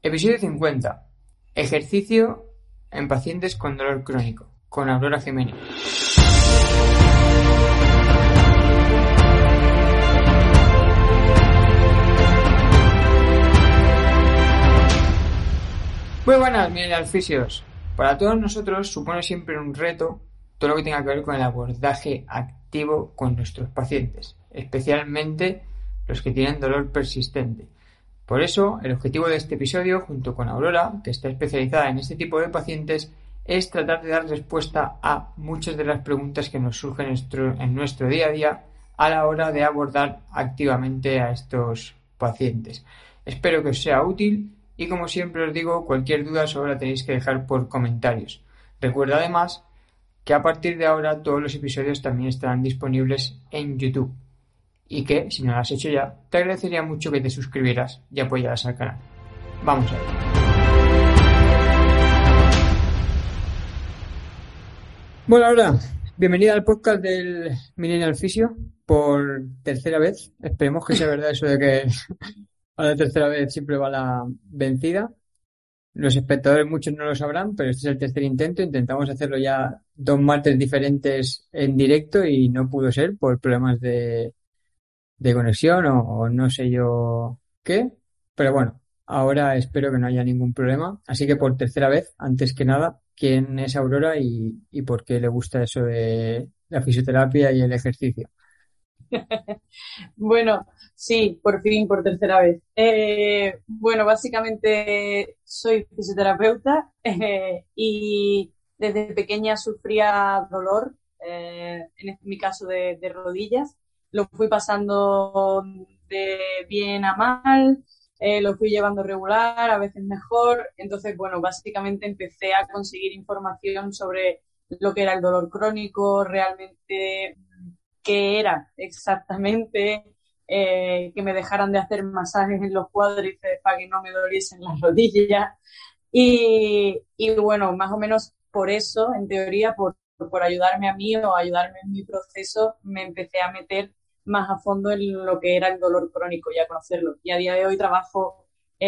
Episodio 50. Ejercicio en pacientes con dolor crónico, con Aurora Jiménez. Muy buenas, Fisios. Para todos nosotros supone siempre un reto todo lo que tenga que ver con el abordaje activo con nuestros pacientes, especialmente los que tienen dolor persistente. Por eso, el objetivo de este episodio, junto con Aurora, que está especializada en este tipo de pacientes, es tratar de dar respuesta a muchas de las preguntas que nos surgen en nuestro día a día a la hora de abordar activamente a estos pacientes. Espero que os sea útil y, como siempre os digo, cualquier duda solo la tenéis que dejar por comentarios. Recuerda además que a partir de ahora todos los episodios también estarán disponibles en YouTube. Y que, si no lo has hecho ya, te agradecería mucho que te suscribieras y apoyaras al canal. Vamos a ver. Bueno, Laura, bienvenida al podcast del Millennial Physio por tercera vez. Esperemos que sea verdad eso de que a la tercera vez siempre va la vencida. Los espectadores muchos no lo sabrán, pero este es el tercer intento. Intentamos hacerlo ya 2 martes diferentes en directo y no pudo ser por problemas de conexión o no sé yo qué, pero bueno, ahora espero que no haya ningún problema. Así que por tercera vez, antes que nada, ¿quién es Aurora y por qué le gusta eso de la fisioterapia y el ejercicio? Bueno, sí, por fin, por tercera vez. Bueno, básicamente soy fisioterapeuta y desde pequeña sufría dolor, en mi caso de rodillas. Lo fui pasando de bien a mal, lo fui llevando regular, a veces mejor. Entonces, bueno, básicamente empecé a conseguir información sobre lo que era el dolor crónico, realmente qué era exactamente, que me dejaran de hacer masajes en los cuádriceps para que no me doliesen las rodillas. Y bueno, más o menos por eso, en teoría, por ayudarme a mí o ayudarme en mi proceso, me empecé a meter más a fondo en lo que era el dolor crónico y a conocerlo. Y a día de hoy trabajo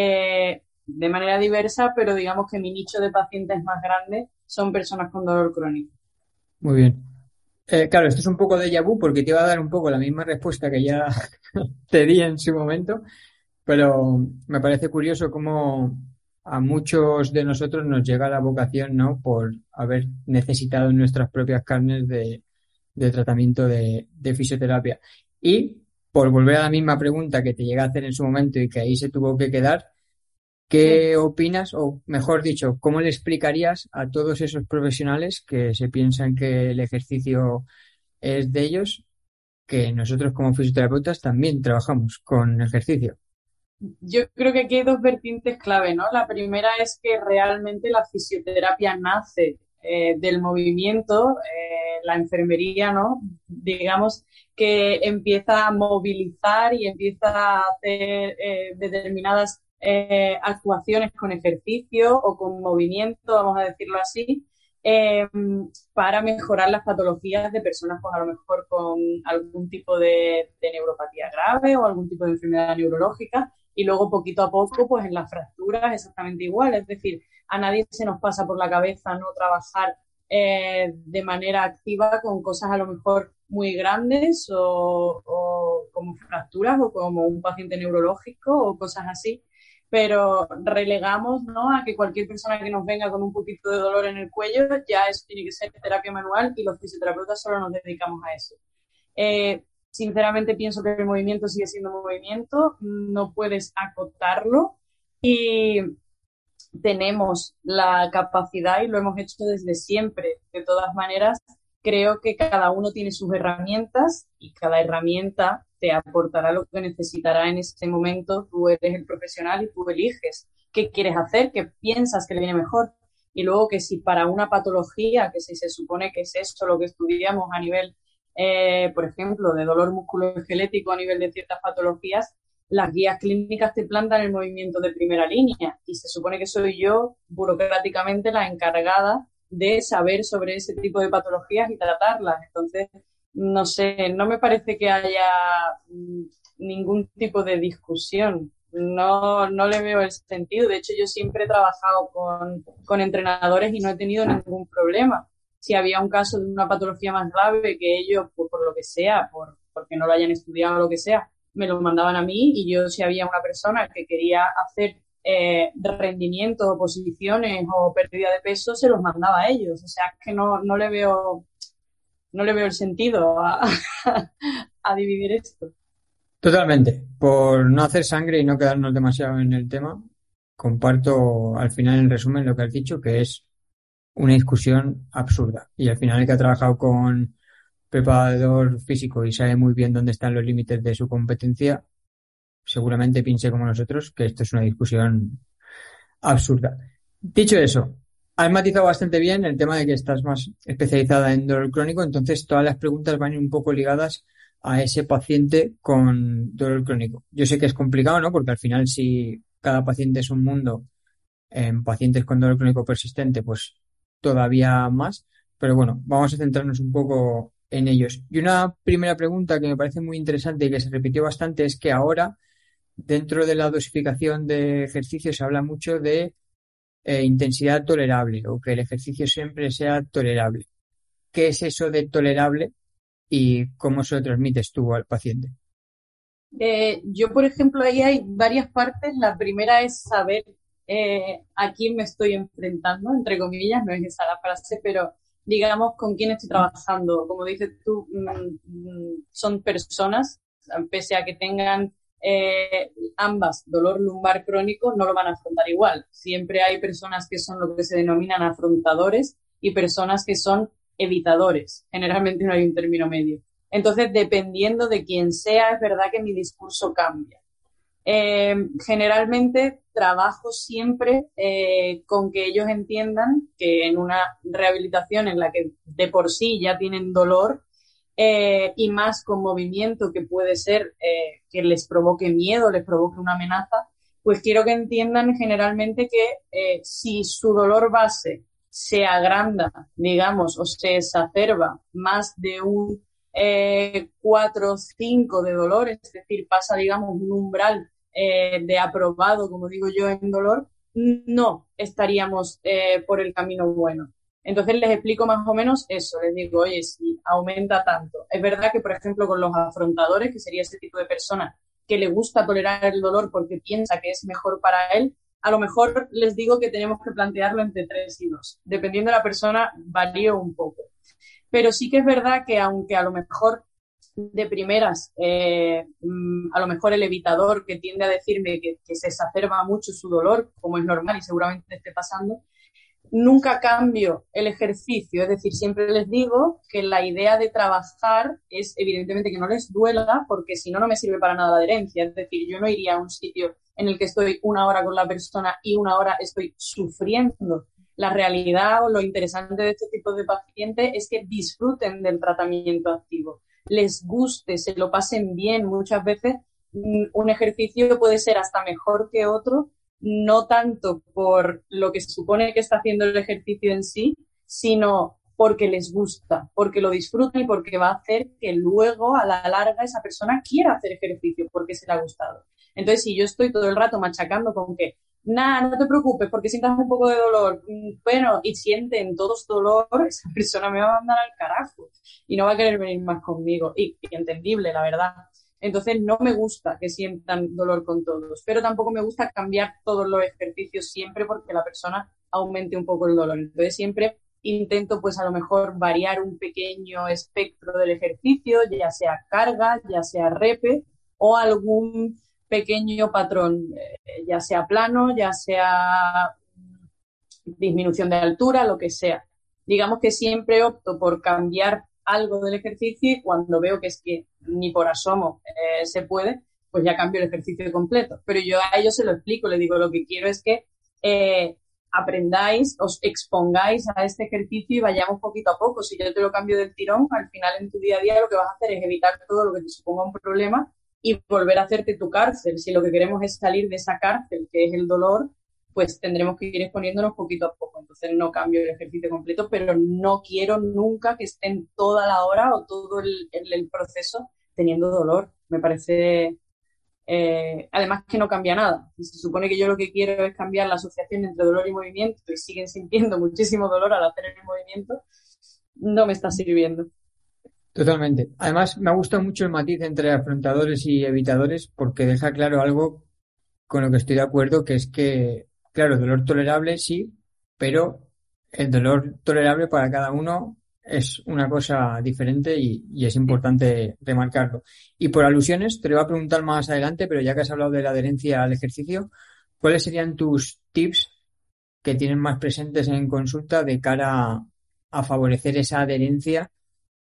de manera diversa, pero digamos que mi nicho de pacientes más grande son personas con dolor crónico. Muy bien. Claro, esto es un poco déjà vu porque te iba a dar un poco la misma respuesta que ya te di en su momento, pero me parece curioso cómo a muchos de nosotros nos llega la vocación, ¿no? Por haber necesitado en nuestras propias carnes de tratamiento de fisioterapia. Y por volver a la misma pregunta que te llegué a hacer en su momento y que ahí se tuvo que quedar, ¿qué opinas, o mejor dicho, cómo le explicarías a todos esos profesionales que se piensan que el ejercicio es de ellos, que nosotros como fisioterapeutas también trabajamos con ejercicio? Yo creo que aquí hay dos vertientes clave, ¿no? La primera es que realmente la fisioterapia nace del movimiento, la enfermería, ¿no? Digamos que empieza a movilizar y empieza a hacer determinadas actuaciones con ejercicio o con movimiento, vamos a decirlo así, eh, para mejorar las patologías de personas con a lo mejor con algún tipo de neuropatía grave o algún tipo de enfermedad neurológica. Y luego poquito a poco, pues en las fracturas exactamente igual. Es decir, a nadie se nos pasa por la cabeza no trabajar de manera activa con cosas a lo mejor muy grandes o como fracturas o como un paciente neurológico o cosas así. Pero relegamos, ¿no?, a que cualquier persona que nos venga con un poquito de dolor en el cuello, ya eso tiene que ser terapia manual y los fisioterapeutas solo nos dedicamos a eso. Sinceramente pienso que el movimiento sigue siendo movimiento, no puedes acotarlo y tenemos la capacidad y lo hemos hecho desde siempre. De todas maneras, creo que cada uno tiene sus herramientas y cada herramienta te aportará lo que necesitará en ese momento. Tú eres el profesional y tú eliges qué quieres hacer, qué piensas que le viene mejor. Y luego que si para una patología, que si se supone que es eso lo que estudiamos a nivel por ejemplo, de dolor musculoesquelético a nivel de ciertas patologías, las guías clínicas te plantan el movimiento de primera línea y se supone que soy yo, burocráticamente, la encargada de saber sobre ese tipo de patologías y tratarlas. Entonces, no sé, no me parece que haya ningún tipo de discusión. no le veo el sentido. De hecho, yo siempre he trabajado con entrenadores y no he tenido ningún problema. Si había un caso de una patología más grave que ellos, pues, por lo que sea, porque no lo hayan estudiado o lo que sea, me lo mandaban a mí, y yo, si había una persona que quería hacer rendimientos o posiciones o pérdida de peso, se los mandaba a ellos. O sea, es que no le veo el sentido a dividir esto. Totalmente. Por no hacer sangre y no quedarnos demasiado en el tema, comparto al final en resumen lo que has dicho, que es una discusión absurda. Y al final el que ha trabajado con preparador físico y sabe muy bien dónde están los límites de su competencia, seguramente piense como nosotros que esto es una discusión absurda. Dicho eso, has matizado bastante bien el tema de que estás más especializada en dolor crónico, entonces todas las preguntas van un poco ligadas a ese paciente con dolor crónico. Yo sé que es complicado, ¿no? Porque al final si cada paciente es un mundo, en pacientes con dolor crónico persistente, pues todavía más. Pero bueno, vamos a centrarnos un poco en ellos. Y una primera pregunta que me parece muy interesante y que se repitió bastante es que ahora, dentro de la dosificación de ejercicio, se habla mucho de intensidad tolerable o que el ejercicio siempre sea tolerable. ¿Qué es eso de tolerable y cómo se lo transmites tú al paciente? Yo, por ejemplo, ahí hay varias partes. La primera es saber a quién me estoy enfrentando, entre comillas, no es esa la frase, pero digamos con quién estoy trabajando. Como dices tú, son personas, pese a que tengan ambas dolor lumbar crónico, no lo van a afrontar igual. Siempre hay personas que son lo que se denominan afrontadores y personas que son evitadores. Generalmente no hay un término medio. Entonces, dependiendo de quién sea, es verdad que mi discurso cambia. Generalmente trabajo siempre con que ellos entiendan que en una rehabilitación en la que de por sí ya tienen dolor, y más con movimiento que puede ser que les provoque miedo, les provoque una amenaza, pues quiero que entiendan generalmente que si su dolor base se agranda, digamos, o se exacerba más de un 4 o 5 de dolor, es decir, pasa, digamos, un umbral de aprobado, como digo yo, en dolor, no estaríamos por el camino bueno. Entonces les explico más o menos eso, les digo, oye, si aumenta tanto. Es verdad que, por ejemplo, con los afrontadores, que sería ese tipo de persona que le gusta tolerar el dolor porque piensa que es mejor para él, a lo mejor les digo que tenemos que plantearlo entre 3 y 2. Dependiendo de la persona, varío un poco. Pero sí que es verdad que aunque a lo mejor de primeras, a lo mejor el evitador que tiende a decirme que se exacerba mucho su dolor, como es normal y seguramente esté pasando, nunca cambio el ejercicio. Es decir, siempre les digo que la idea de trabajar es evidentemente que no les duela, porque si no, no me sirve para nada la adherencia. Es decir, yo no iría a un sitio en el que estoy una hora con la persona y una hora estoy sufriendo. La realidad o lo interesante de este tipo de pacientes es que disfruten del tratamiento activo, les guste, se lo pasen bien. Muchas veces un ejercicio puede ser hasta mejor que otro, no tanto por lo que se supone que está haciendo el ejercicio en sí, sino porque les gusta, porque lo disfrutan y porque va a hacer que luego, a la larga, esa persona quiera hacer ejercicio porque se le ha gustado. Entonces, si yo estoy todo el rato machacando con que nada, no te preocupes porque sientas un poco de dolor, bueno, y sienten todos dolor, esa persona me va a mandar al carajo y no va a querer venir más conmigo. Y entendible, la verdad. Entonces no me gusta que sientan dolor con todos, pero tampoco me gusta cambiar todos los ejercicios siempre porque la persona aumente un poco el dolor. Entonces siempre intento, pues a lo mejor variar un pequeño espectro del ejercicio, ya sea carga, ya sea repe o algún pequeño patrón, ya sea plano, ya sea disminución de altura, lo que sea. Digamos que siempre opto por cambiar algo del ejercicio y cuando veo que es que ni por asomo se puede, pues ya cambio el ejercicio completo. Pero yo a ellos se lo explico, les digo, lo que quiero es que aprendáis, os expongáis a este ejercicio y vayamos poquito a poco. Si yo te lo cambio del tirón, al final en tu día a día lo que vas a hacer es evitar todo lo que te suponga un problema y volver a hacerte tu cárcel. Si lo que queremos es salir de esa cárcel, que es el dolor, pues tendremos que ir exponiéndonos poquito a poco. Entonces no cambio el ejercicio completo, pero no quiero nunca que estén toda la hora o todo el proceso teniendo dolor. Me parece Además que no cambia nada. Y se supone que yo lo que quiero es cambiar la asociación entre dolor y movimiento y siguen sintiendo muchísimo dolor al hacer el movimiento, no me está sirviendo. Totalmente. Además, me ha gustado mucho el matiz entre afrontadores y evitadores porque deja claro algo con lo que estoy de acuerdo, que es que, claro, dolor tolerable sí, pero el dolor tolerable para cada uno es una cosa diferente y es importante remarcarlo. Y por alusiones, te lo voy a preguntar más adelante, pero ya que has hablado de la adherencia al ejercicio, ¿cuáles serían tus tips que tienen más presentes en consulta de cara a favorecer esa adherencia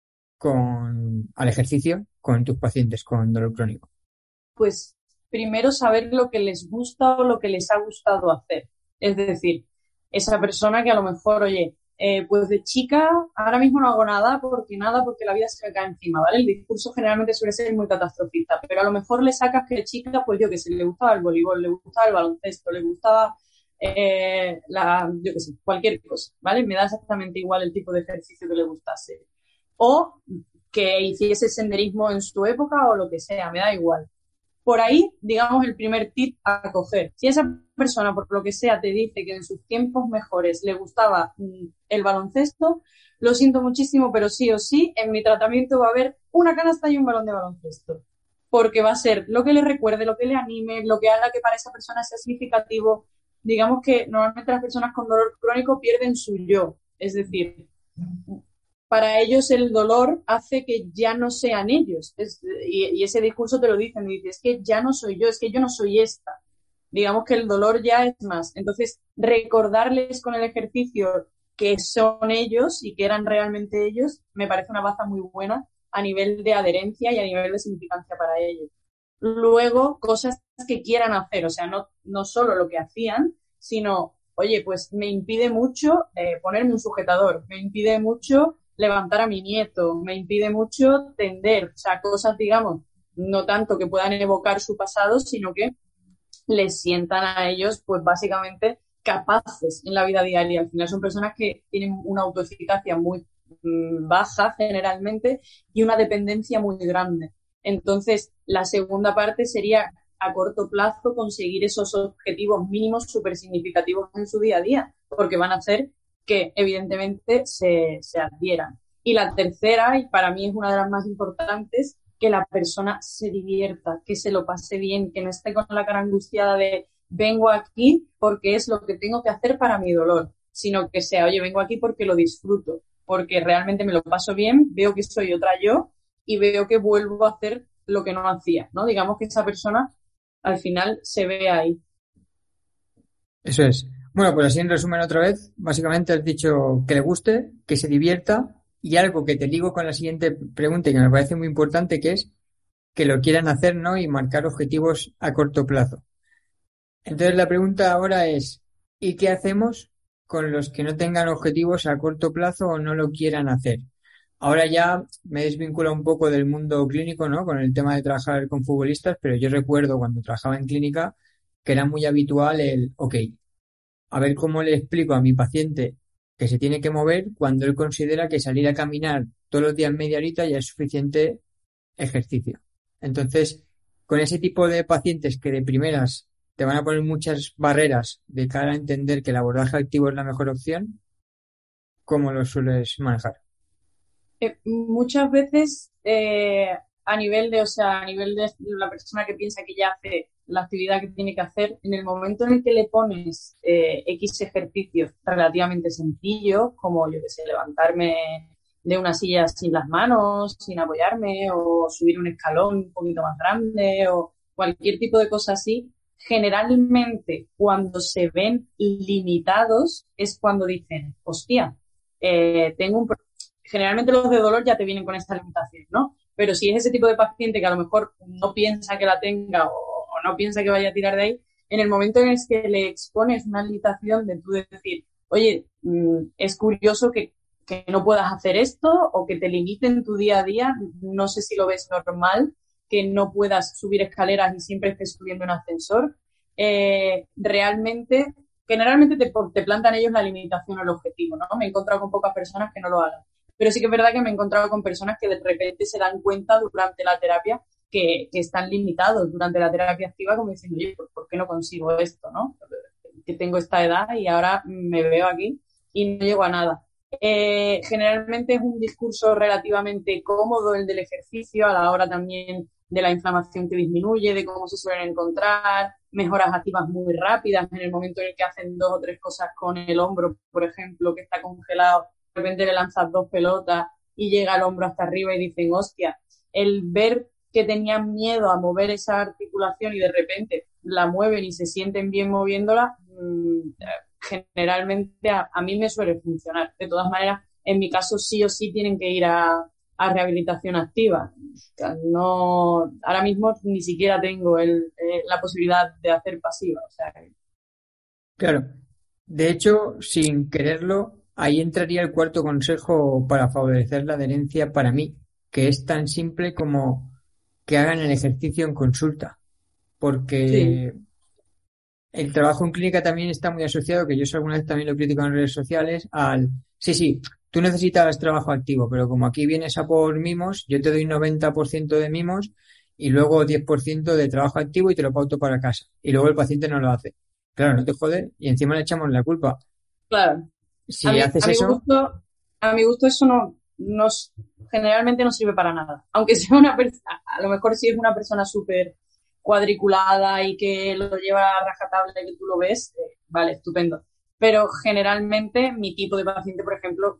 al ejercicio con tus pacientes con dolor crónico? Pues primero saber lo que les gusta o lo que les ha gustado hacer. Es decir, esa persona que a lo mejor, oye, pues de chica ahora mismo no hago nada porque la vida se me cae encima, ¿vale? El discurso generalmente suele ser muy catastrofista, pero a lo mejor le sacas que de chica, pues yo que sé, le gustaba el voleibol, le gustaba el baloncesto, le gustaba yo que sé, cualquier cosa, ¿vale? Me da exactamente igual el tipo de ejercicio que le gustase. O que hiciese senderismo en su época o lo que sea, me da igual. Por ahí, digamos, el primer tip a coger. Si esa persona, por lo que sea, te dice que en sus tiempos mejores le gustaba el baloncesto, lo siento muchísimo, pero sí o sí, en mi tratamiento va a haber una canasta y un balón de baloncesto. Porque va a ser lo que le recuerde, lo que le anime, lo que haga que para esa persona sea significativo. Digamos que normalmente las personas con dolor crónico pierden su yo. Es decir, para ellos el dolor hace que ya no sean ellos. Y ese discurso te lo dicen, y dices, es que ya no soy yo, es que yo no soy esta. Digamos que el dolor ya es más. Entonces, recordarles con el ejercicio que son ellos y que eran realmente ellos, me parece una baza muy buena a nivel de adherencia y a nivel de significancia para ellos. Luego, cosas que quieran hacer, o sea, no solo lo que hacían, sino, oye, pues me impide mucho ponerme un sujetador, me impide mucho levantar a mi nieto, me impide mucho tender, o sea, cosas, digamos, no tanto que puedan evocar su pasado, sino que les sientan a ellos, pues básicamente capaces en la vida diaria. Al final son personas que tienen una autoeficacia muy baja generalmente y una dependencia muy grande. Entonces, la segunda parte sería a corto plazo conseguir esos objetivos mínimos súper significativos en su día a día, porque van a hacer que evidentemente se adhieran. Y la tercera, y para mí es una de las más importantes, que la persona se divierta, que se lo pase bien, que no esté con la cara angustiada de vengo aquí porque es lo que tengo que hacer para mi dolor, sino que sea, oye, vengo aquí porque lo disfruto, porque realmente me lo paso bien, veo que soy otra yo y veo que vuelvo a hacer lo que no hacía, ¿no? Digamos que esa persona al final se ve ahí. Eso es. Bueno, pues así en resumen otra vez, básicamente has dicho que le guste, que se divierta y algo que te digo con la siguiente pregunta y que me parece muy importante, que es que lo quieran hacer, ¿no? Y marcar objetivos a corto plazo. Entonces la pregunta ahora es, ¿y qué hacemos con los que no tengan objetivos a corto plazo o no lo quieran hacer? Ahora ya me desvinculo un poco del mundo clínico, ¿no? Con el tema de trabajar con futbolistas, pero yo recuerdo cuando trabajaba en clínica que era muy habitual ok, a ver cómo le explico a mi paciente que se tiene que mover cuando él considera que salir a caminar todos los días media horita ya es suficiente ejercicio. Entonces, con ese tipo de pacientes que de primeras te van a poner muchas barreras de cara a entender que el abordaje activo es la mejor opción, ¿cómo lo sueles manejar? Muchas veces a nivel de la persona que piensa que ya hace la actividad que tiene que hacer, en el momento en el que le pones X ejercicios relativamente sencillos, como yo que sé, levantarme de una silla sin las manos, sin apoyarme, o subir un escalón un poquito más grande, o cualquier tipo de cosa así, generalmente cuando se ven limitados es cuando dicen, hostia, tengo un generalmente los de dolor ya te vienen con esta limitación, ¿no? Pero si es ese tipo de paciente que a lo mejor no piensa que la tenga o no piensa que vaya a tirar de ahí, en el momento en el que le expones una limitación de tú decir, oye, es curioso que no puedas hacer esto o que te limiten tu día a día, no sé si lo ves normal, que no puedas subir escaleras y siempre estés subiendo en ascensor, realmente, generalmente te plantan ellos la limitación o el objetivo, ¿no? Me he encontrado con pocas personas que no lo hagan. Pero sí que es verdad que me he encontrado con personas que de repente se dan cuenta durante la terapia que están limitados durante la terapia activa, como diciendo, oye, ¿por qué no consigo esto, no? Que tengo esta edad y ahora me veo aquí y no llego a nada. Generalmente es un discurso relativamente cómodo el del ejercicio, a la hora también de la inflamación que disminuye, de cómo se suelen encontrar, mejoras activas muy rápidas en el momento en el que hacen 2 o 3 cosas con el hombro, por ejemplo, que está congelado, de repente le lanzas 2 pelotas y llega el hombro hasta arriba y dicen, hostia, el ver que tenían miedo a mover esa articulación y de repente la mueven y se sienten bien moviéndola, generalmente a mí me suele funcionar. De todas maneras, en mi caso sí o sí tienen que ir a rehabilitación activa. No, ahora mismo ni siquiera tengo la posibilidad de hacer pasiva. O sea, Claro. De hecho, sin quererlo, ahí entraría el cuarto consejo para favorecer la adherencia para mí, que es tan simple como que hagan el ejercicio en consulta, sí, porque el trabajo en clínica también está muy asociado, que yo eso alguna vez también lo critico en redes sociales, al, sí, sí, tú necesitas trabajo activo, pero como aquí vienes a por mimos, yo te doy 90% de mimos y luego 10% de trabajo activo y te lo pauto para casa. Y luego el paciente no lo hace. Claro, no te jode y encima le echamos la culpa. claro. A Si mí, haces a mi eso, gusto, a mi gusto eso generalmente no sirve para nada. Aunque sea una persona, a lo mejor si es una persona súper cuadriculada y que lo lleva a rajatabla y que tú lo ves, vale, estupendo. Pero generalmente mi tipo de paciente, por ejemplo,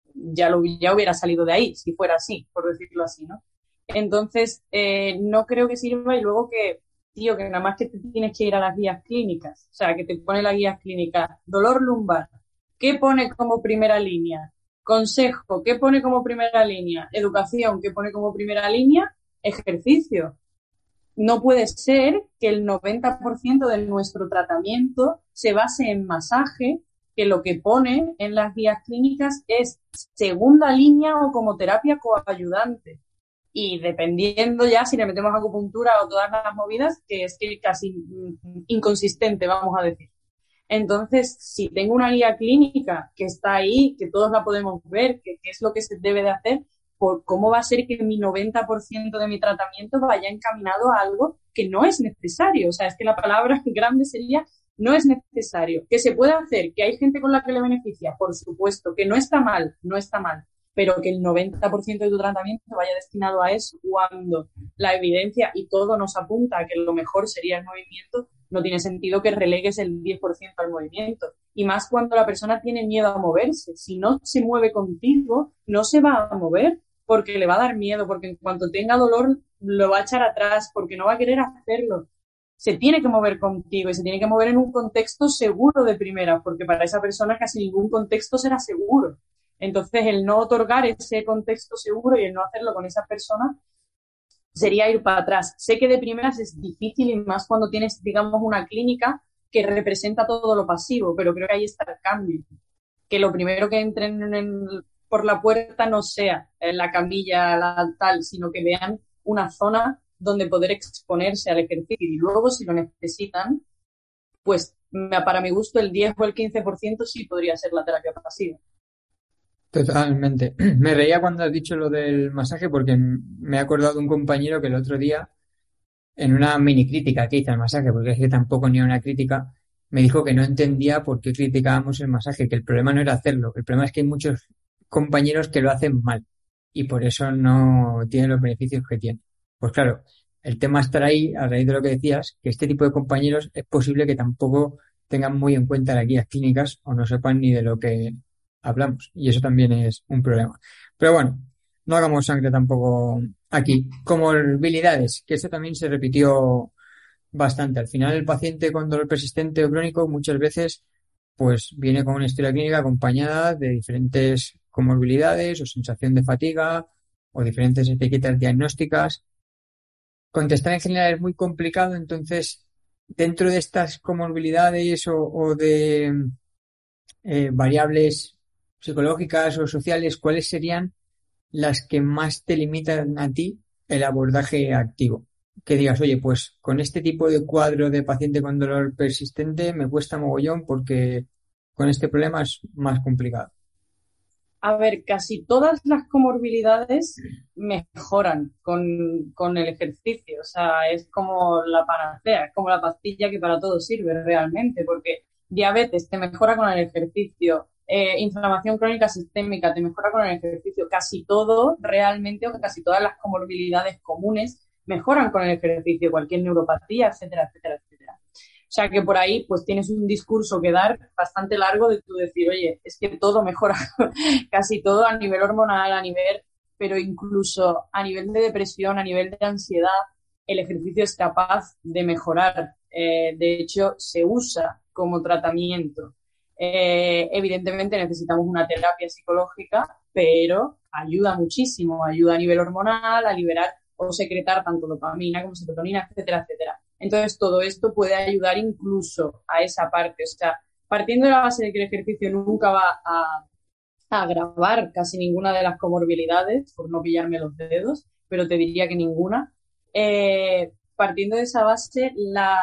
ya hubiera salido de ahí, si fuera así, por decirlo así, ¿no? Entonces, no creo que sirva y luego que, tío, que nada más que te tienes que ir a las guías clínicas, o sea, que te pone las guías clínicas, dolor lumbar, ¿qué pone como primera línea? Consejo, ¿qué pone como primera línea? Educación, ¿qué pone como primera línea? Ejercicio. No puede ser que el 90% de nuestro tratamiento se base en masaje, que lo que pone en las guías clínicas es segunda línea o como terapia coayudante. Y dependiendo ya si le metemos acupuntura o todas las movidas, que es que casi inconsistente, vamos a decir. Entonces, si tengo una guía clínica que está ahí, que todos la podemos ver, que es lo que se debe de hacer, ¿cómo va a ser que mi 90% de mi tratamiento vaya encaminado a algo que no es necesario? O sea, es que la palabra grande sería no es necesario. ¿Que se puede hacer? ¿Que hay gente con la que le beneficia? Por supuesto. ¿Que no está mal? No está mal. Pero que el 90% de tu tratamiento vaya destinado a eso cuando la evidencia y todo nos apunta a que lo mejor sería el movimiento, no tiene sentido que relegues el 10% al movimiento. Y más cuando la persona tiene miedo a moverse. Si no se mueve contigo, no se va a mover porque le va a dar miedo, porque en cuanto tenga dolor lo va a echar atrás, porque no va a querer hacerlo. Se tiene que mover contigo y se tiene que mover en un contexto seguro de primera, porque para esa persona casi ningún contexto será seguro. Entonces, el no otorgar ese contexto seguro y el no hacerlo con esa persona sería ir para atrás. Sé que de primeras es difícil y más cuando tienes, digamos, una clínica que representa todo lo pasivo, pero creo que ahí está el cambio. Que lo primero que entren por la puerta no sea en la camilla, la tal, sino que vean una zona donde poder exponerse al ejercicio y luego, si lo necesitan, pues para mi gusto el 10 o el 15% sí podría ser la terapia pasiva. totalmente. Me reía cuando has dicho lo del masaje porque me he acordado de un compañero que el otro día, en una mini crítica que hice al masaje, porque es que tampoco ni una crítica, me dijo que no entendía por qué criticábamos el masaje, que el problema no era hacerlo, el problema es que hay muchos compañeros que lo hacen mal y por eso no tienen los beneficios que tienen. Pues claro, el tema estará ahí, a raíz de lo que decías, que este tipo de compañeros es posible que tampoco tengan muy en cuenta las guías clínicas o no sepan ni de lo que hablamos y eso también es un problema. Pero bueno, no hagamos sangre tampoco aquí. Comorbilidades, que eso también se repitió bastante. Al final, el paciente con dolor persistente o crónico muchas veces pues viene con una historia clínica acompañada de diferentes comorbilidades o sensación de fatiga o diferentes etiquetas diagnósticas. Contestar en general es muy complicado, entonces, dentro de estas comorbilidades o de variables psicológicas o sociales, ¿cuáles serían las que más te limitan a ti el abordaje activo? Que digas, oye, pues con este tipo de cuadro de paciente con dolor persistente me cuesta mogollón porque con este problema es más complicado. A ver, casi todas las comorbilidades mejoran con el ejercicio. O sea, es como la panacea, es como la pastilla que para todo sirve realmente, porque diabetes te mejora con el ejercicio, inflamación crónica sistémica te mejora con el ejercicio. Casi todo realmente, o casi todas las comorbilidades comunes mejoran con el ejercicio, cualquier neuropatía, etcétera, etcétera, etcétera. O sea que por ahí pues tienes un discurso que dar bastante largo de tú decir, oye, es que todo mejora, casi todo a nivel hormonal, a nivel, pero incluso a nivel de depresión, a nivel de ansiedad, el ejercicio es capaz de mejorar. De hecho, se usa como tratamiento. Evidentemente necesitamos una terapia psicológica, pero ayuda muchísimo, ayuda a nivel hormonal, a liberar o secretar tanto dopamina como serotonina, etcétera, etcétera. Entonces, todo esto puede ayudar incluso a esa parte. O sea, partiendo de la base de que el ejercicio nunca va a agravar casi ninguna de las comorbilidades, por no pillarme los dedos, pero te diría que ninguna. Partiendo de esa base,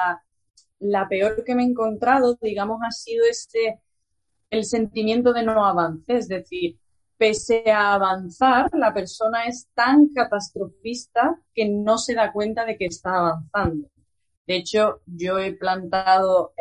la peor que me he encontrado, digamos, ha sido el sentimiento de no avance. Es decir, pese a avanzar, la persona es tan catastrofista que no se da cuenta de que está avanzando. De hecho, yo he plantado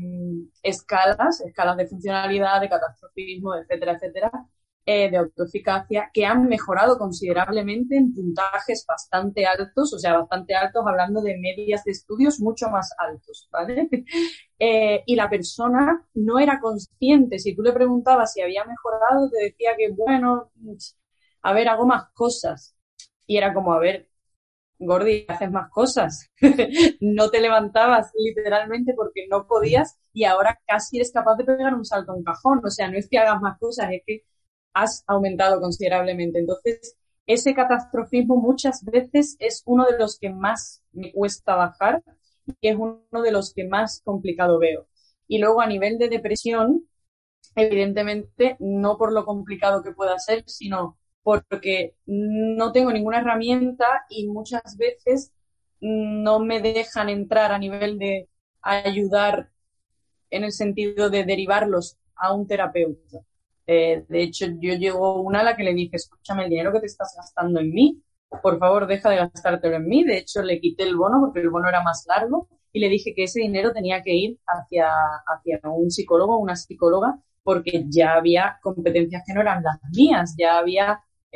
escalas de funcionalidad, de catastrofismo, etcétera, etcétera, de autoeficacia, que han mejorado considerablemente en puntajes bastante altos, o sea, bastante altos, hablando de medias de estudios mucho más altos, ¿vale? Y la persona no era consciente. Si tú le preguntabas si había mejorado, te decía que, bueno, a ver, hago más cosas. Y era como, a ver, Gordi, haces más cosas. No te levantabas literalmente porque no podías y ahora casi eres capaz de pegar un salto en cajón. O sea, no es que hagas más cosas, es que has aumentado considerablemente. Entonces, ese catastrofismo muchas veces es uno de los que más me cuesta bajar y es uno de los que más complicado veo. Y luego a nivel de depresión, evidentemente, no por lo complicado que pueda ser, sino porque no tengo ninguna herramienta y muchas veces no me dejan entrar a nivel de ayudar en el sentido de derivarlos a un terapeuta. De hecho, yo llego una a la que le dije, escúchame, el dinero que te estás gastando en mí, por favor, deja de gastártelo en mí. De hecho, le quité el bono porque el bono era más largo y le dije que ese dinero tenía que ir hacia un psicólogo o una psicóloga porque ya había competencias que no eran las mías, ya había,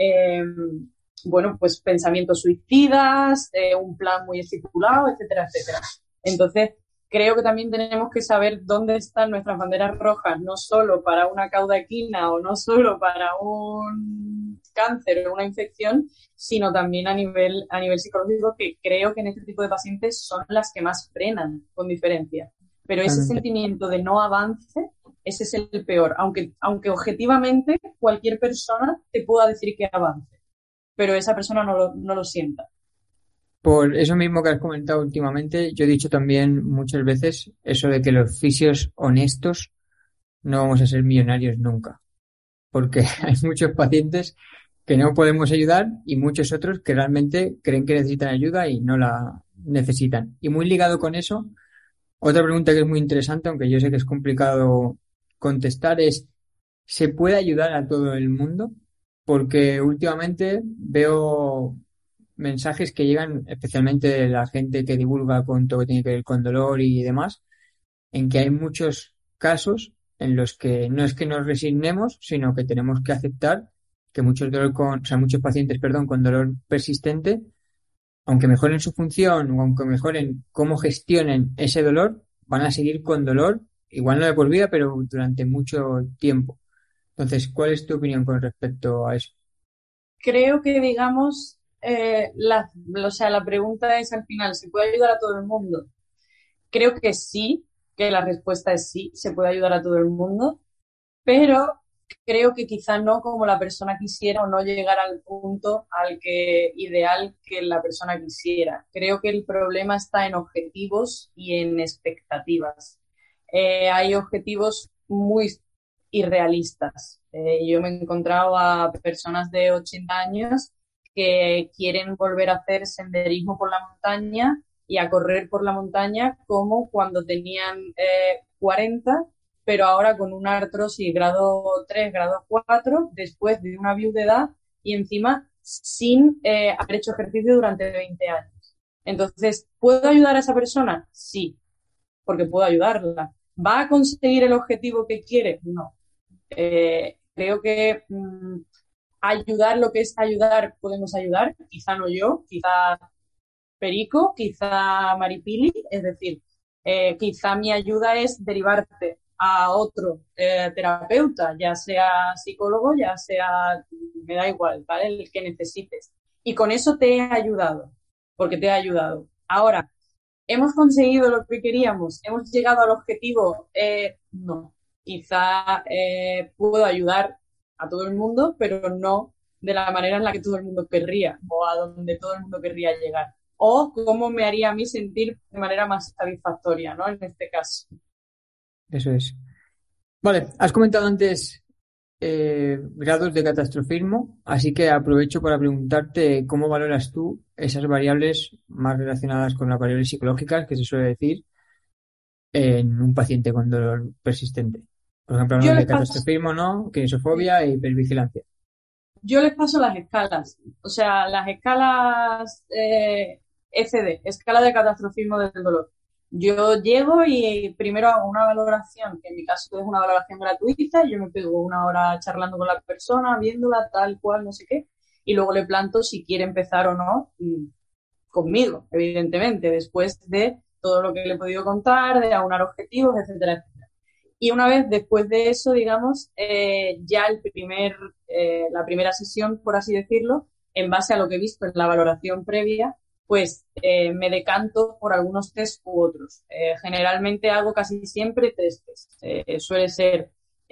bueno, pues pensamientos suicidas, un plan muy estipulado, etcétera, etcétera. Entonces, creo que también tenemos que saber dónde están nuestras banderas rojas, no solo para una cauda-equina o no solo para un cáncer o una infección, sino también a nivel psicológico, que creo que en este tipo de pacientes son las que más frenan con diferencia. Pero ese Totalmente. sentimiento de no avance, ese es el peor, aunque objetivamente cualquier persona te pueda decir que avance, pero esa persona no lo sienta. Por eso mismo que has comentado últimamente, yo he dicho también muchas veces eso de que los fisios honestos no vamos a ser millonarios nunca, porque hay muchos pacientes que no podemos ayudar y muchos otros que realmente creen que necesitan ayuda y no la necesitan. Y muy ligado con eso, otra pregunta que es muy interesante, aunque yo sé que es complicado contestar, es, ¿se puede ayudar a todo el mundo? Porque últimamente veo mensajes que llegan especialmente de la gente que divulga con todo lo que tiene que ver con dolor y demás, en que hay muchos casos en los que no es que nos resignemos, sino que tenemos que aceptar que o sea, muchos pacientes, perdón, con dolor persistente, aunque mejoren su función o aunque mejoren cómo gestionen ese dolor, van a seguir con dolor, igual no de por vida, pero durante mucho tiempo. Entonces, ¿cuál es tu opinión con respecto a eso? Creo que, digamos, o sea, la pregunta es al final, ¿se puede ayudar a todo el mundo? Creo que sí, que la respuesta es sí, se puede ayudar a todo el mundo, pero creo que quizá no como la persona quisiera o no llegar al punto al que ideal que la persona quisiera. Creo que el problema está en objetivos y en expectativas. Hay objetivos muy irrealistas. Yo me he encontrado a personas de 80 años que quieren volver a hacer senderismo por la montaña y a correr por la montaña como cuando tenían 40 pero ahora con una artrosis grado 3, grado 4, después de una viudedad y encima sin haber hecho ejercicio durante 20 años. Entonces, ¿puedo ayudar a esa persona? Sí, porque puedo ayudarla. ¿Va a conseguir el objetivo que quiere? No. Creo que ayudar lo que es ayudar, podemos ayudar, quizá no yo, quizá Perico, quizá Maripili, es decir, quizá mi ayuda es derivarte a otro terapeuta, ya sea psicólogo, ya sea, me da igual, ¿vale? El que necesites. Y con eso te he ayudado, porque te he ayudado. Ahora, ¿hemos conseguido lo que queríamos? ¿Hemos llegado al objetivo? No. Quizá puedo ayudar a todo el mundo, pero no de la manera en la que todo el mundo querría o a donde todo el mundo querría llegar. O cómo me haría a mí sentir de manera más satisfactoria, ¿no? En este caso. Eso es. Vale, has comentado antes grados de catastrofismo, así que aprovecho para preguntarte cómo valoras tú esas variables más relacionadas con las variables psicológicas que se suele decir en un paciente con dolor persistente. Por ejemplo, Yo hablamos de les paso, catastrofismo, ¿no? Kinesiofobia e hipervigilancia. yo les paso las escalas, o sea, las escalas ECD, escala de catastrofismo del dolor. Yo llego y primero hago una valoración, que en mi caso es una valoración gratuita, yo me pego una hora charlando con la persona, viéndola tal cual, no sé qué, y luego le planto si quiere empezar o no conmigo, evidentemente, después de todo lo que le he podido contar, de aunar objetivos, etcétera, etcétera. Y una vez después de eso, digamos, ya la primera sesión, por así decirlo, en base a lo que he visto en la valoración previa, pues me decanto por algunos test u otros. Generalmente hago casi siempre tres test. Suele ser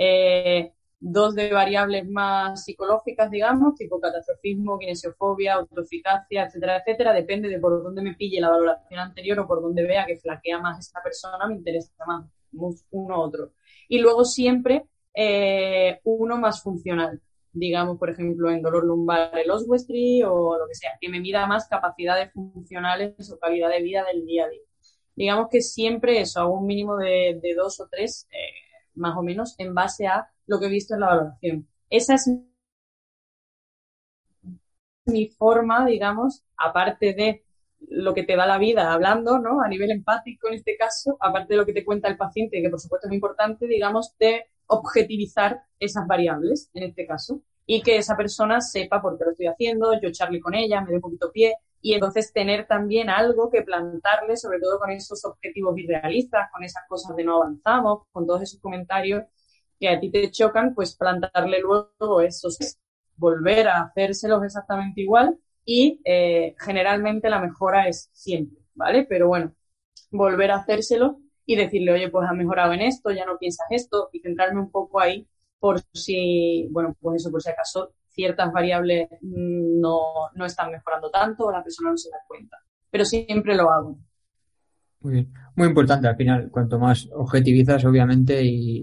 dos de variables más psicológicas, digamos, tipo catastrofismo, kinesiofobia, autoeficacia, etcétera, etcétera. Depende de por dónde me pille la valoración anterior o por dónde vea que flaquea más esta persona, me interesa más uno u otro. Y luego siempre uno más funcional. Digamos, por ejemplo, en dolor lumbar el Oswestry o lo que sea, que me mida más capacidades funcionales o calidad de vida del día a día. Digamos que siempre eso, hago un mínimo de dos o tres, más o menos, en base a lo que he visto en la valoración. Esa es mi forma, digamos, aparte de lo que te da la vida hablando, ¿no? A nivel empático en este caso, aparte de lo que te cuenta el paciente, que por supuesto es muy importante, digamos, de objetivizar esas variables en este caso y que esa persona sepa por qué lo estoy haciendo, yo charle con ella, me dé un poquito pie y entonces tener también algo que plantarle, sobre todo con esos objetivos irrealistas, con esas cosas de no avanzamos, con todos esos comentarios que a ti te chocan, pues plantarle luego esos, volver a hacérselos exactamente igual y generalmente la mejora es siempre, ¿vale? Pero bueno, volver a hacérselo y decirle, oye, pues has mejorado en esto, ya no piensas esto y centrarme un poco ahí por si, bueno, pues eso, por si acaso ciertas variables no están mejorando tanto o la persona no se da cuenta. Pero siempre lo hago. Muy bien. Muy importante al final, cuanto más objetivizas, obviamente,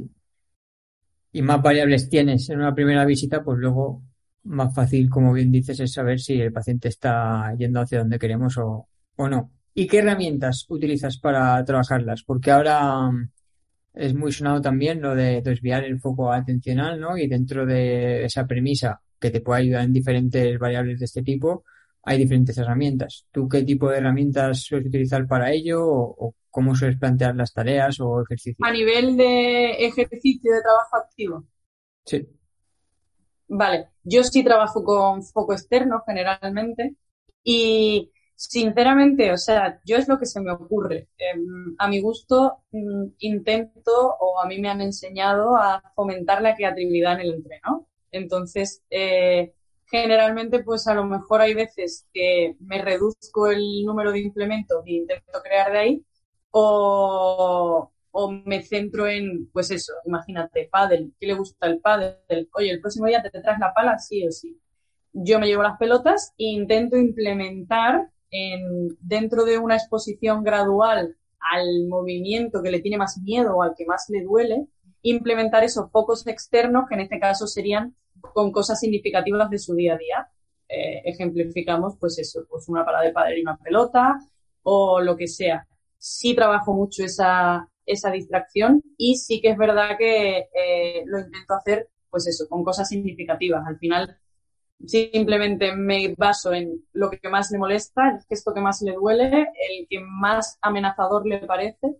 y más variables tienes en una primera visita, pues luego más fácil, como bien dices, es saber si el paciente está yendo hacia donde queremos o no. ¿Y qué herramientas utilizas para trabajarlas? Porque ahora es muy sonado también lo de desviar el foco atencional, ¿no? Y dentro de esa premisa que te puede ayudar en diferentes variables de este tipo, hay diferentes herramientas. ¿Tú qué tipo de herramientas sueles utilizar para ello o cómo sueles plantear las tareas o A ejercicios? nivel de ejercicio de trabajo activo, Sí. vale, yo sí trabajo con foco externo generalmente y sinceramente, o sea, yo es lo que se me ocurre. A mi gusto intento o a mí me han enseñado a fomentar la creatividad en el entreno. Entonces, generalmente, pues a lo mejor hay veces que me reduzco el número de implementos e intento crear de ahí o me centro en, pues eso, imagínate, pádel, ¿qué le gusta el pádel? Oye, el próximo día te traes la pala, sí o sí. Yo me llevo las pelotas e intento implementar dentro de una exposición gradual al movimiento que le tiene más miedo o al que más le duele, implementar esos focos externos que en este caso serían con cosas significativas de su día a día. Ejemplificamos, pues eso, pues una pala de pádel y una pelota o lo que sea. Sí trabajo mucho esa distracción y sí que es verdad que lo intento hacer, pues eso, con cosas significativas. Al final simplemente me baso en lo que más le molesta, el gesto que más le duele, el que más amenazador le parece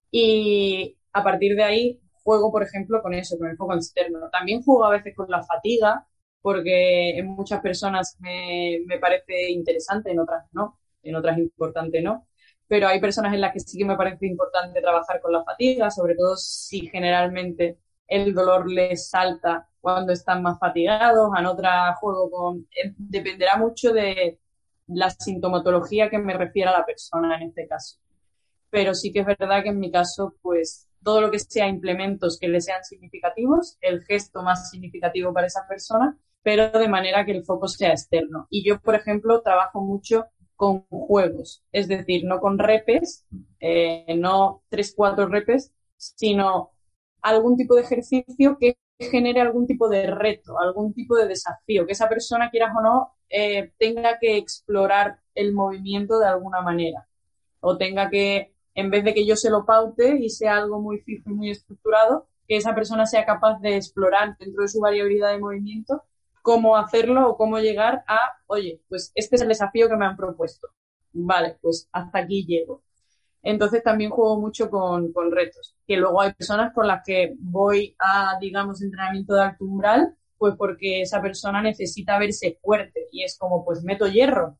y a partir de ahí juego, por ejemplo, con eso, con el foco externo. También juego a veces con la fatiga porque en muchas personas me parece interesante, en otras no, en otras importante no. Pero hay personas en las que sí que me parece importante trabajar con la fatiga, sobre todo si generalmente el dolor les salta cuando están más fatigados, en otra juego con... Dependerá mucho de la sintomatología que me refiera a la persona en este caso. Pero sí que es verdad que en mi caso, pues todo lo que sea implementos que le sean significativos, el gesto más significativo para esa persona, pero de manera que el foco sea externo. Y yo, por ejemplo, trabajo mucho con juegos, es decir, no con repes, no 3, 4 repes, sino algún tipo de ejercicio que genere algún tipo de reto, algún tipo de desafío, que esa persona, quieras o no, tenga que explorar el movimiento de alguna manera o tenga que, en vez de que yo se lo paute y sea algo muy fijo y muy estructurado, que esa persona sea capaz de explorar dentro de su variabilidad de movimiento cómo hacerlo o cómo llegar a, oye, pues este es el desafío que me han propuesto. Vale, pues hasta aquí llego. Entonces también juego mucho con retos, que luego hay personas con las que voy a, digamos, entrenamiento de alto umbral, pues porque esa persona necesita verse fuerte y es como, pues meto hierro,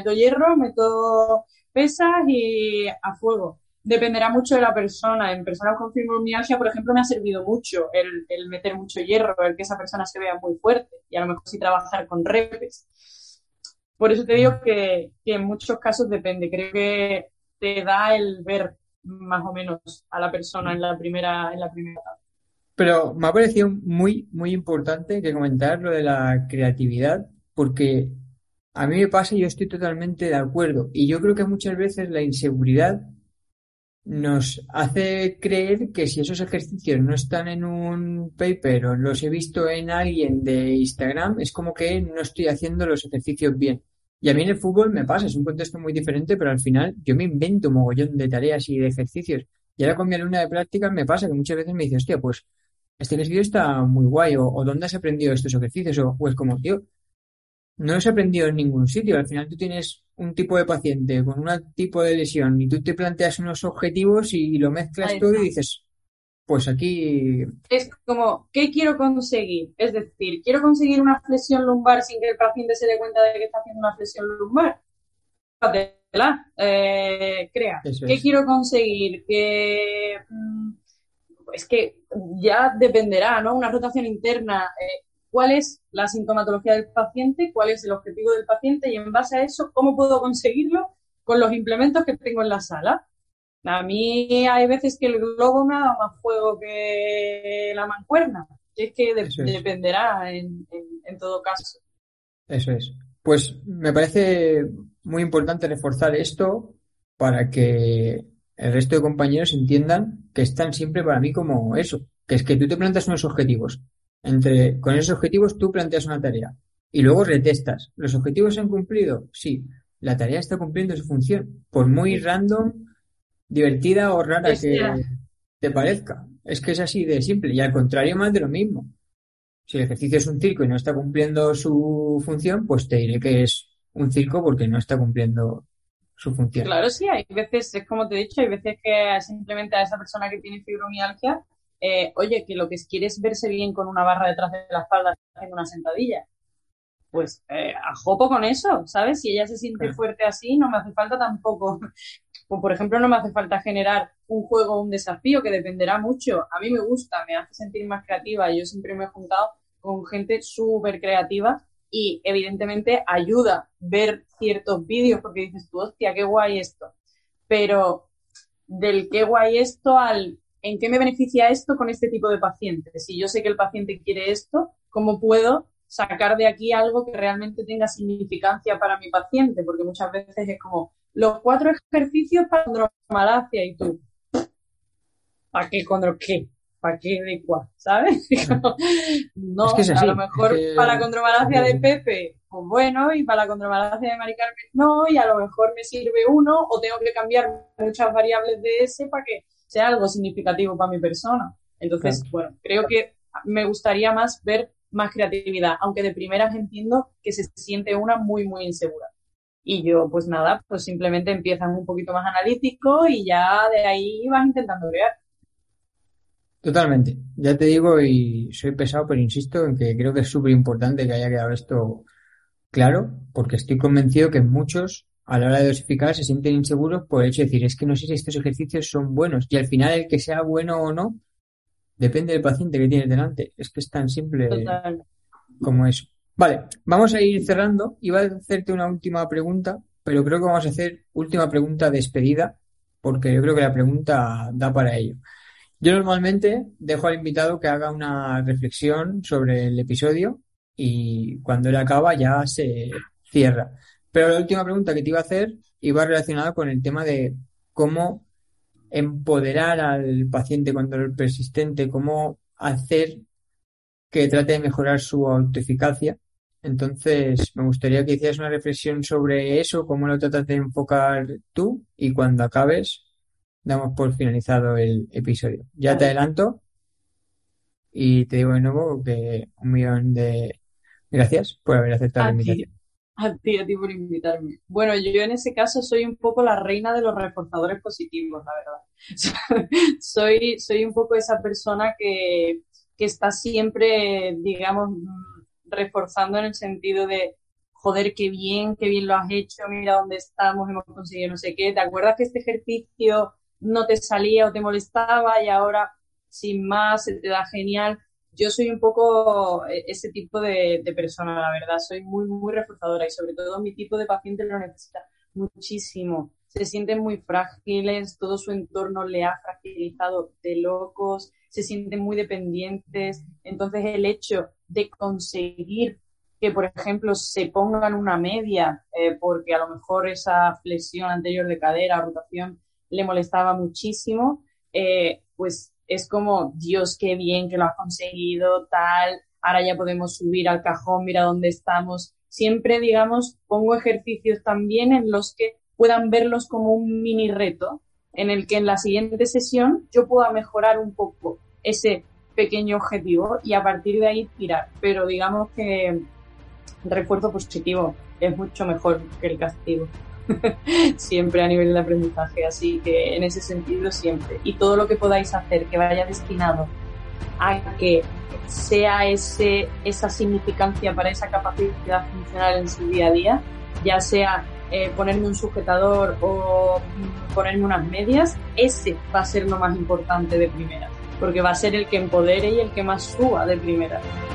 meto pesas y a fuego. Dependerá mucho de la persona. En personas con fibromialgia, por ejemplo, me ha servido mucho el meter mucho hierro, el que esa persona se vea muy fuerte y a lo mejor sí trabajar con repes. Por eso te digo que en muchos casos depende. Creo que te da el ver más o menos a la persona en la primera etapa. Pero me ha parecido muy, muy importante que comentar lo de la creatividad, porque a mí me pasa y yo estoy totalmente de acuerdo. Y yo creo que muchas veces la inseguridad nos hace creer que si esos ejercicios no están en un paper o los he visto en alguien de Instagram, es como que no estoy haciendo los ejercicios bien. Y a mí en el fútbol me pasa, es un contexto muy diferente, pero al final yo me invento un mogollón de tareas y de ejercicios. Y ahora con mi alumna de prácticas me pasa que muchas veces me dice, hostia, pues este ejercicio está muy guay, o ¿dónde has aprendido estos ejercicios? O es como, tío, no los he aprendido en ningún sitio. Al final tú tienes un tipo de paciente con un tipo de lesión y tú te planteas unos objetivos y lo mezclas Ahí todo y está. dices, pues aquí, Es como, ¿qué quiero conseguir? Es decir, ¿quiero conseguir una flexión lumbar sin que el paciente se dé cuenta de que está haciendo una flexión lumbar? Crea. eso ¿Qué es. quiero conseguir? Es que ya dependerá, ¿no? Una rotación interna. ¿Cuál es la sintomatología del paciente? ¿Cuál es el objetivo del paciente? Y en base a eso, ¿cómo puedo conseguirlo? Con los implementos que tengo en la sala. A mí hay veces que el globo me ha dado más juego que la mancuerna. Es que Eso es. dependerá en todo caso. Eso es. Pues me parece muy importante reforzar esto para que el resto de compañeros entiendan que están siempre para mí como eso, que es que tú te planteas unos objetivos. Con esos objetivos tú planteas una tarea y luego retestas. ¿Los objetivos se han cumplido? Sí. La tarea está cumpliendo su función, por muy random, divertida o rara Que sea, que te parezca. Es que es así de simple y al contrario más de lo mismo. Si el ejercicio es un circo y no está cumpliendo su función, pues te diré que es un circo porque no está cumpliendo su función. claro, sí, hay veces, es como te he dicho, hay veces que simplemente a esa persona que tiene fibromialgia, oye, que lo que quiere es verse bien con una barra detrás de la espalda haciendo una sentadilla. Pues a jopo con eso, ¿sabes? Si ella se siente Claro. fuerte así, no me hace falta tampoco, pues, por ejemplo, no me hace falta generar un juego o un desafío que dependerá mucho. A mí me gusta, me hace sentir más creativa. Yo siempre me he juntado con gente súper creativa y evidentemente ayuda ver ciertos vídeos porque dices tú, hostia, qué guay esto. Pero del qué guay esto al en qué me beneficia esto con este tipo de pacientes. Si yo sé que el paciente quiere esto, ¿cómo puedo sacar de aquí algo que realmente tenga significancia para mi paciente? Porque muchas veces es como los 4 ejercicios para condromalacia y tú, ¿para qué condro qué? ¿Para qué de cuál? ¿Sabes? Es que No, es a lo así, es mejor para la que condromalacia de Pepe, pues bueno, y para la condromalacia de Mari Carmen no, y a lo mejor me sirve uno, o tengo que cambiar muchas variables de ese para que, sea algo significativo para mi persona. Claro. Entonces, bueno, creo que me gustaría más ver más creatividad, aunque de primeras entiendo que se siente una muy, muy insegura. Y yo, pues nada, pues simplemente empiezan un poquito más analítico y ya de ahí vas intentando crear. Totalmente. Ya te digo, y soy pesado, pero insisto en que creo que es súper importante que haya quedado esto claro, porque estoy convencido que muchos, a la hora de dosificar, se sienten inseguros por el hecho de decir, es que no sé si estos ejercicios son buenos. Y al final, el que sea bueno o no, depende del paciente que tienes delante. Es que es tan simple Total. como eso. Vale, vamos a ir cerrando. Iba a hacerte una última pregunta, pero creo que vamos a hacer última pregunta despedida, porque yo creo que la pregunta da para ello. Yo normalmente dejo al invitado que haga una reflexión sobre el episodio y cuando él acaba ya se cierra. Pero la última pregunta que te iba a hacer iba relacionada con el tema de cómo empoderar al paciente con dolor persistente, cómo hacer que trate de mejorar su autoeficacia. Entonces, me gustaría que hicieras una reflexión sobre eso, cómo lo tratas de enfocar tú y cuando acabes, damos por finalizado el episodio. Ya te Vale. adelanto y te digo de nuevo que 1 millón de gracias por haber aceptado la A ti, invitación. a ti por invitarme. Bueno, yo en ese caso soy un poco la reina de los reforzadores positivos, la verdad. Soy un poco esa persona que está siempre, digamos, reforzando en el sentido de, joder, qué bien lo has hecho, mira dónde estamos, hemos conseguido no sé qué. ¿Te acuerdas que este ejercicio no te salía o te molestaba y ahora, sin más, se te da genial? Yo soy un poco ese tipo de persona, la verdad. Soy muy, muy reforzadora y sobre todo mi tipo de paciente lo necesita muchísimo. Se sienten muy frágiles, todo su entorno le ha fragilizado de locos, se sienten muy dependientes. Entonces el hecho de conseguir que, por ejemplo, se pongan una media, porque a lo mejor esa flexión anterior de cadera, rotación, le molestaba muchísimo, pues es como, Dios, qué bien que lo has conseguido, tal, ahora ya podemos subir al cajón, mira dónde estamos. Siempre, digamos, pongo ejercicios también en los que puedan verlos como un mini reto, en el que en la siguiente sesión yo pueda mejorar un poco ese pequeño objetivo y a partir de ahí tirar. Pero digamos que el refuerzo positivo es mucho mejor que el castigo. Siempre a nivel de aprendizaje, así que en ese sentido siempre. Y todo lo que podáis hacer que vaya destinado a que sea esa significancia para esa capacidad funcional en su día a día, ya sea ponerme un sujetador o ponerme unas medias, ese va a ser lo más importante de primera, porque va a ser el que empodere y el que más suba de primera.